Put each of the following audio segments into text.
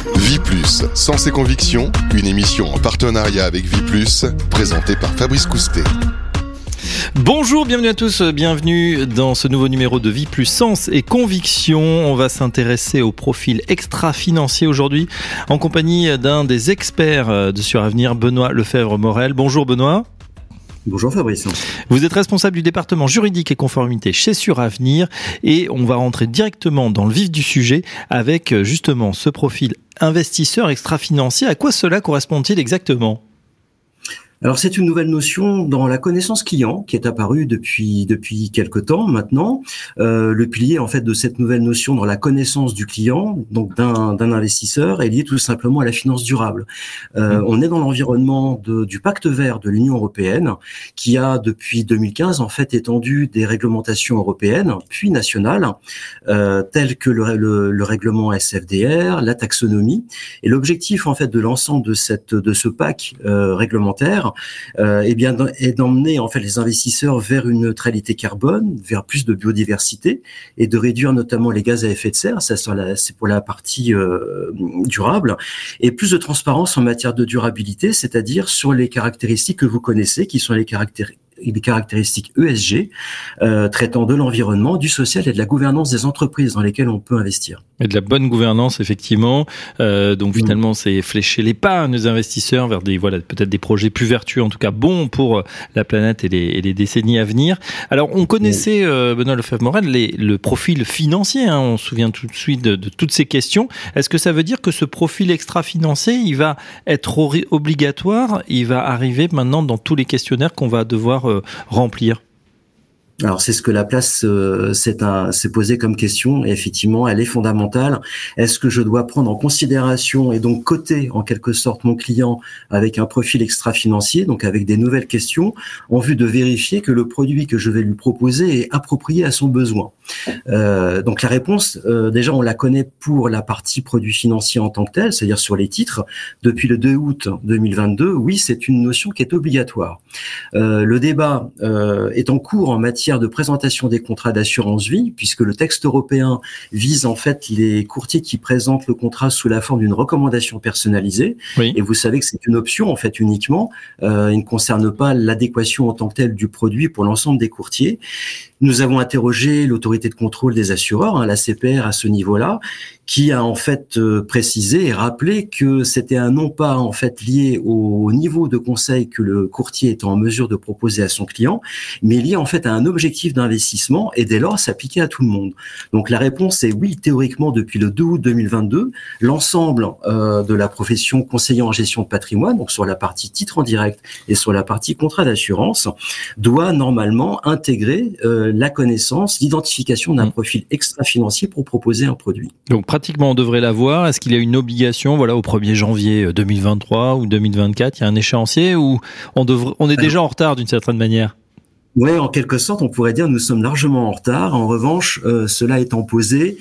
Vie Plus, Sens et Convictions, une émission en partenariat avec Vie Plus, présentée par Fabrice Coustet. Bonjour, bienvenue à tous, bienvenue dans ce nouveau numéro de Vie Plus, Sens et Convictions. On va s'intéresser au profil extra-financier aujourd'hui en compagnie d'un des experts de Suravenir, Benoît Lefebvre-Morel. Bonjour Benoît. Bonjour Fabrice. Vous êtes responsable du département juridique et conformité chez Suravenir et on va rentrer directement dans le vif du sujet avec justement ce profil investisseur extra-financier. À quoi cela correspond-il exactement ? Alors c'est une nouvelle notion dans la connaissance client qui est apparue depuis quelque temps maintenant. Le pilier en fait de cette nouvelle notion dans la connaissance du client, donc d'un investisseur, est lié tout simplement à la finance durable. On est dans l'environnement du pacte vert de l'Union européenne qui a depuis 2015 en fait étendu des réglementations européennes puis nationales telles que le règlement SFDR, la taxonomie, et l'objectif en fait de l'ensemble de ce pack réglementaire est d'emmener en fait les investisseurs vers une neutralité carbone, vers plus de biodiversité et de réduire notamment les gaz à effet de serre, ça c'est pour la partie durable, et plus de transparence en matière de durabilité, c'est-à-dire sur les caractéristiques que vous connaissez, qui sont les caractéristiques ESG, traitant de l'environnement, du social et de la gouvernance des entreprises dans lesquelles on peut investir. Et de la bonne gouvernance, effectivement. Donc finalement, c'est flécher l'épargne des investisseurs vers peut-être des projets plus vertueux, en tout cas bons pour la planète et les décennies à venir. Alors, on connaissait, Benoît Lefebvre-Morel, le profil financier. On se souvient tout de suite de toutes ces questions. Est-ce que ça veut dire que ce profil extra-financier, il va être obligatoire, il va arriver maintenant dans tous les questionnaires qu'on va devoir remplir? Alors c'est ce que la place s'est posé comme question, et effectivement elle est fondamentale. Est-ce que je dois prendre en considération et donc coter en quelque sorte mon client avec un profil extra-financier, donc avec des nouvelles questions, en vue de vérifier que le produit que je vais lui proposer est approprié à son besoin. Donc la réponse, déjà on la connaît pour la partie produit financier en tant que tel, c'est-à-dire sur les titres. Depuis le 2 août 2022, oui, c'est une notion qui est obligatoire. Le débat est en cours en matière de présentation des contrats d'assurance vie, puisque le texte européen vise en fait les courtiers qui présentent le contrat sous la forme d'une recommandation personnalisée. Oui. Et vous savez que c'est une option en fait uniquement. Il ne concerne pas l'adéquation en tant que telle du produit pour l'ensemble des courtiers. Nous avons interrogé l'autorité de contrôle des assureurs, la CPR, à ce niveau-là, qui a en fait précisé et rappelé que c'était un non pas en fait lié au niveau de conseil que le courtier est en mesure de proposer à son client, mais lié en fait à un objectif d'investissement et dès lors s'appliquer à tout le monde. Donc la réponse est oui, théoriquement depuis le 2 août 2022, l'ensemble de la profession conseiller en gestion de patrimoine, donc sur la partie titre en direct et sur la partie contrat d'assurance, doit normalement intégrer la connaissance, l'identification d'un profil extra-financier pour proposer un produit. Donc pratiquement on devrait l'avoir. Est-ce qu'il y a une obligation au 1er janvier 2023 ou 2024 ? Il y a un échéancier ou on est déjà en retard d'une certaine manière ? Oui, en quelque sorte, on pourrait dire que nous sommes largement en retard. En revanche, cela étant posé,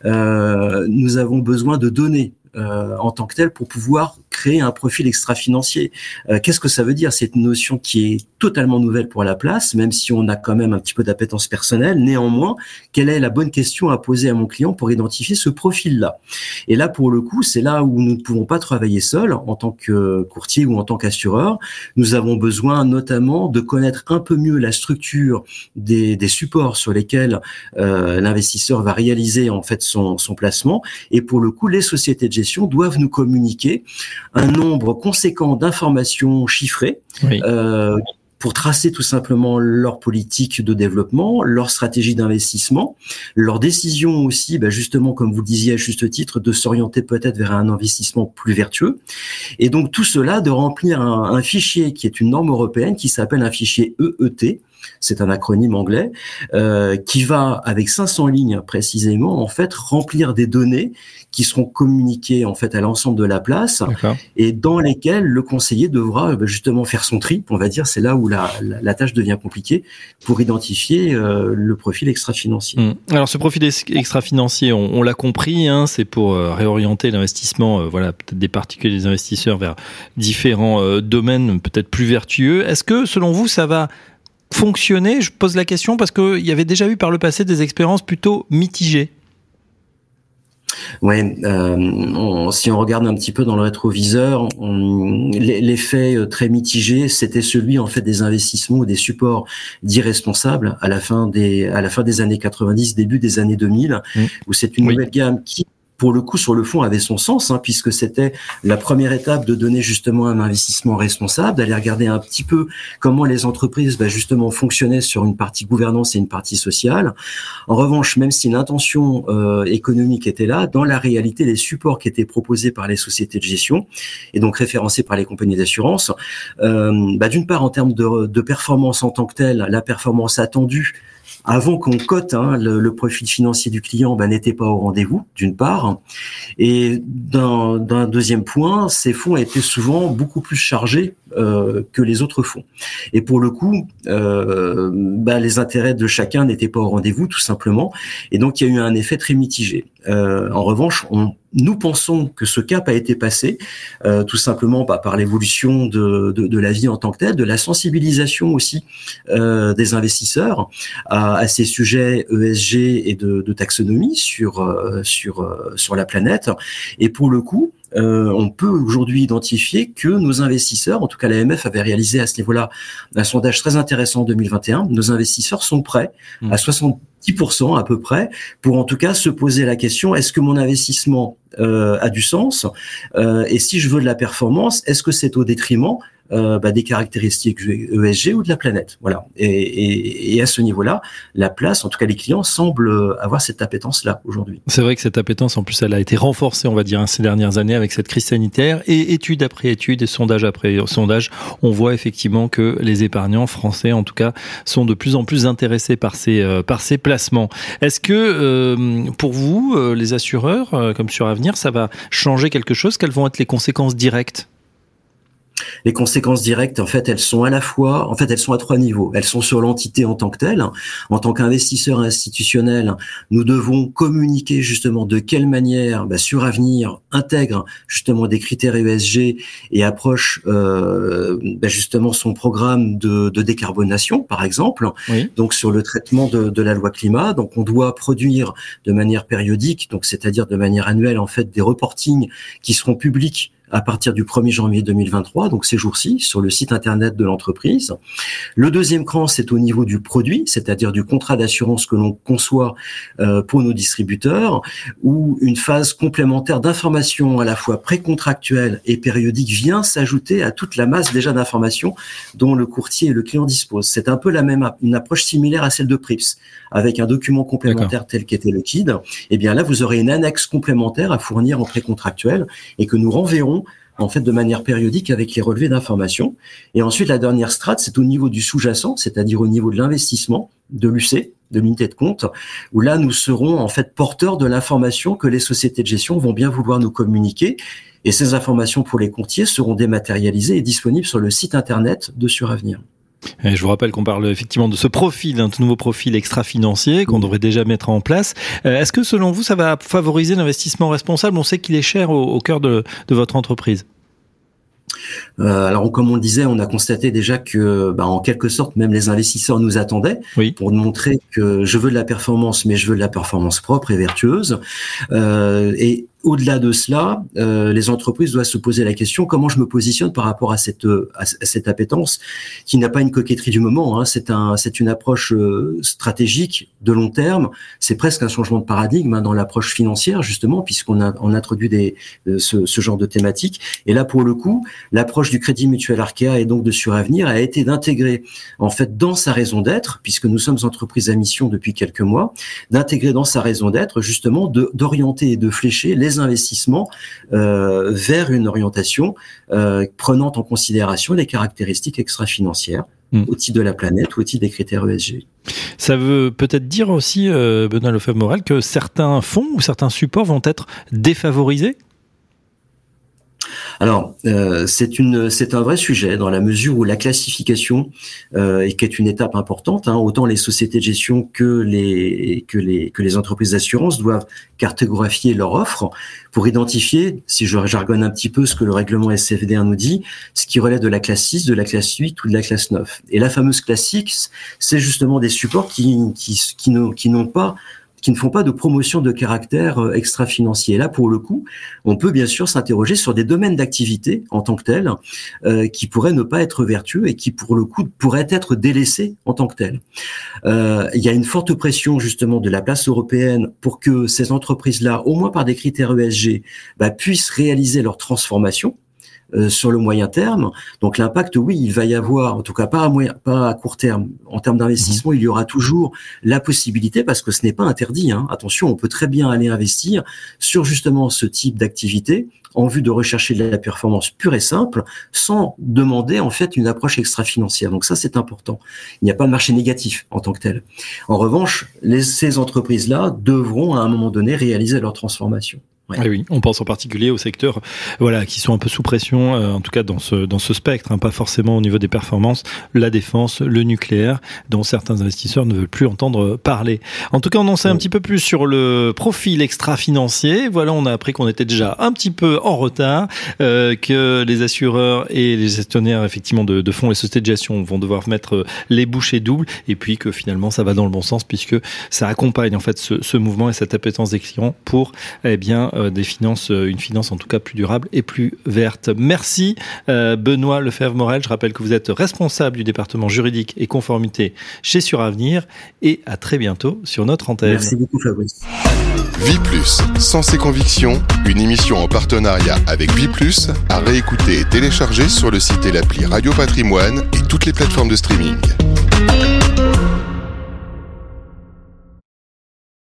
nous avons besoin de données en tant que telles pour pouvoir créer un profil extra-financier. Qu'est-ce que ça veut dire ? C'est une notion qui est totalement nouvelle pour la place, même si on a quand même un petit peu d'appétence personnelle. Néanmoins, quelle est la bonne question à poser à mon client pour identifier ce profil-là ? Et là, pour le coup, c'est là où nous ne pouvons pas travailler seuls en tant que courtier ou en tant qu'assureur. Nous avons besoin notamment de connaître un peu mieux la structure des supports sur lesquels l'investisseur va réaliser en fait son placement. Et pour le coup, les sociétés de gestion doivent nous communiquer un nombre conséquent d'informations chiffrées, oui, pour tracer tout simplement leur politique de développement, leur stratégie d'investissement, leur décision aussi, justement, comme vous le disiez à juste titre, de s'orienter peut-être vers un investissement plus vertueux. Et donc tout cela de remplir un fichier qui est une norme européenne qui s'appelle un fichier EET. C'est un acronyme anglais qui va, avec 500 lignes précisément, en fait, remplir des données qui seront communiquées en fait à l'ensemble de la place. D'accord. Et dans lesquelles le conseiller devra justement faire son tri. On va dire, c'est là où la tâche devient compliquée pour identifier le profil extra-financier. Alors, ce profil extra-financier, on l'a compris, c'est pour réorienter l'investissement, peut-être des particuliers, des investisseurs vers différents domaines peut-être plus vertueux. Est-ce que, selon vous, ça va fonctionner ? Je pose la question parce qu'il y avait déjà eu par le passé des expériences plutôt mitigées. Ouais, si on regarde un petit peu dans le rétroviseur, l'effet très mitigé, c'était celui en fait des investissements ou des supports dits responsables à la fin des années 90, début des années 2000, où c'est une nouvelle gamme qui, pour le coup, sur le fond, avait son sens, puisque c'était la première étape de donner justement un investissement responsable, d'aller regarder un petit peu comment les entreprises justement fonctionnaient sur une partie gouvernance et une partie sociale. En revanche, même si l'intention économique était là, dans la réalité, les supports qui étaient proposés par les sociétés de gestion et donc référencés par les compagnies d'assurance, d'une part en termes de performance en tant que telle, la performance attendue avant qu'on cote le profil financier du client, n'était pas au rendez-vous, d'une part. Et d'un deuxième point, ces fonds étaient souvent beaucoup plus chargés que les autres fonds. Et pour le coup, les intérêts de chacun n'étaient pas au rendez-vous, tout simplement. Et donc, il y a eu un effet très mitigé. En revanche, nous pensons que ce cap a été passé tout simplement par l'évolution de la vie en tant que telle, de la sensibilisation aussi des investisseurs à ces sujets ESG et de taxonomie sur la planète. Et pour le coup, on peut aujourd'hui identifier que nos investisseurs, en tout cas l'AMF avait réalisé à ce niveau-là un sondage très intéressant en 2021, nos investisseurs sont prêts à 70% à peu près pour en tout cas se poser la question, est-ce que mon investissement a du sens et si je veux de la performance, est-ce que c'est au détriment des caractéristiques ESG ou de la planète. Voilà. Et à ce niveau-là, la place, en tout cas les clients, semblent avoir cette appétence-là aujourd'hui. C'est vrai que cette appétence, en plus, elle a été renforcée, on va dire, ces dernières années avec cette crise sanitaire et étude après étude et sondage après sondage, on voit effectivement que les épargnants français, en tout cas, sont de plus en plus intéressés par ces placements. Est-ce que pour vous, les assureurs, comme sur Avenir, ça va changer quelque chose? Quelles vont être les conséquences directes? Les conséquences directes, en fait, elles sont à trois niveaux. Elles sont sur l'entité en tant que telle. En tant qu'investisseur institutionnel, nous devons communiquer justement de quelle manière sur Avenir intègre justement des critères ESG et approche justement son programme de décarbonation, par exemple. Oui. Donc sur le traitement de la loi climat. Donc on doit produire de manière périodique, donc c'est-à-dire de manière annuelle en fait des reportings qui seront publics à partir du 1er janvier 2023, donc ces jours-ci, sur le site internet de l'entreprise. Le deuxième cran, c'est au niveau du produit, c'est-à-dire du contrat d'assurance que l'on conçoit pour nos distributeurs, où une phase complémentaire d'information à la fois précontractuelle et périodique vient s'ajouter à toute la masse déjà d'informations dont le courtier et le client disposent. C'est un peu une approche similaire à celle de Prips, avec un document complémentaire tel qu'était le KID. Eh bien là, vous aurez une annexe complémentaire à fournir en précontractuel et que nous renverrons en fait de manière périodique avec les relevés d'informations. Et ensuite, la dernière strate, c'est au niveau du sous-jacent, c'est-à-dire au niveau de l'investissement, de l'UC, de l'unité de compte, où là, nous serons en fait porteurs de l'information que les sociétés de gestion vont bien vouloir nous communiquer. Et ces informations pour les courtiers seront dématérialisées et disponibles sur le site internet de Suravenir. Et je vous rappelle qu'on parle effectivement de ce profil, un tout nouveau profil extra-financier qu'on devrait déjà mettre en place. Est-ce que selon vous, ça va favoriser l'investissement responsable? On sait qu'il est cher au cœur de votre entreprise. Alors, comme on le disait, on a constaté déjà que, en quelque sorte, même les investisseurs nous attendaient pour montrer que je veux de la performance, mais je veux de la performance propre et vertueuse. Et au-delà de cela, les entreprises doivent se poser la question comment je me positionne par rapport à cette appétence qui n'a pas une coquetterie du moment. C'est une approche stratégique de long terme. C'est presque un changement de paradigme dans l'approche financière justement, puisqu'on introduit ce genre de thématique. Et là, pour le coup, l'approche du Crédit Mutuel Arkea et donc de Suravenir a été d'intégrer en fait dans sa raison d'être, puisque nous sommes entreprise à mission depuis quelques mois, d'intégrer dans sa raison d'être justement d'orienter et de flécher les investissements vers une orientation prenant en considération les caractéristiques extra-financières au titre de la planète ou au titre des critères ESG. Ça veut peut-être dire aussi, Benoît Lefebvre-Morel, que certains fonds ou certains supports vont être défavorisés? Alors, c'est un vrai sujet dans la mesure où la classification est une étape importante. Autant les sociétés de gestion que les entreprises d'assurance doivent cartographier leur offre pour identifier, si je jargonne un petit peu ce que le règlement SFDR nous dit, ce qui relève de la classe 6, de la classe 8 ou de la classe 9. Et la fameuse classe 6, c'est justement des supports qui n'ont pas qui ne font pas de promotion de caractère extra-financier. Et là, pour le coup, on peut bien sûr s'interroger sur des domaines d'activité en tant que tels qui pourraient ne pas être vertueux et qui, pour le coup, pourraient être délaissés en tant que tels. Il y a une forte pression justement de la place européenne pour que ces entreprises-là, au moins par des critères ESG, puissent réaliser leur transformation sur le moyen terme. Donc l'impact, oui, il va y avoir, en tout cas pas à court terme. En termes d'investissement, il y aura toujours la possibilité, parce que ce n'est pas interdit. Attention, on peut très bien aller investir sur justement ce type d'activité en vue de rechercher de la performance pure et simple, sans demander en fait une approche extra-financière. Donc ça, c'est important. Il n'y a pas de marché négatif en tant que tel. En revanche, ces entreprises-là devront à un moment donné réaliser leur transformation. Ouais. Ah oui, on pense en particulier aux secteurs, qui sont un peu sous pression, en tout cas dans ce spectre, pas forcément au niveau des performances, la défense, le nucléaire, dont certains investisseurs ne veulent plus entendre parler. En tout cas, on en sait un petit peu plus sur le profil extra-financier. Voilà, on a appris qu'on était déjà un petit peu en retard, que les assureurs et les gestionnaires, effectivement, de fonds et sociétés de gestion vont devoir mettre les bouchées doubles, et puis que finalement, ça va dans le bon sens, puisque ça accompagne en fait ce mouvement et cette appétence des clients pour, une finance en tout cas plus durable et plus verte. Merci Benoît Lefebvre-Morel. Je rappelle que vous êtes responsable du département juridique et conformité chez Suravenir, et à très bientôt sur notre antenne. Merci beaucoup Fabrice. Vie Plus, Sens et Convictions, une émission en partenariat avec Vie Plus, à réécouter et télécharger sur le site et l'appli Radio Patrimoine et toutes les plateformes de streaming.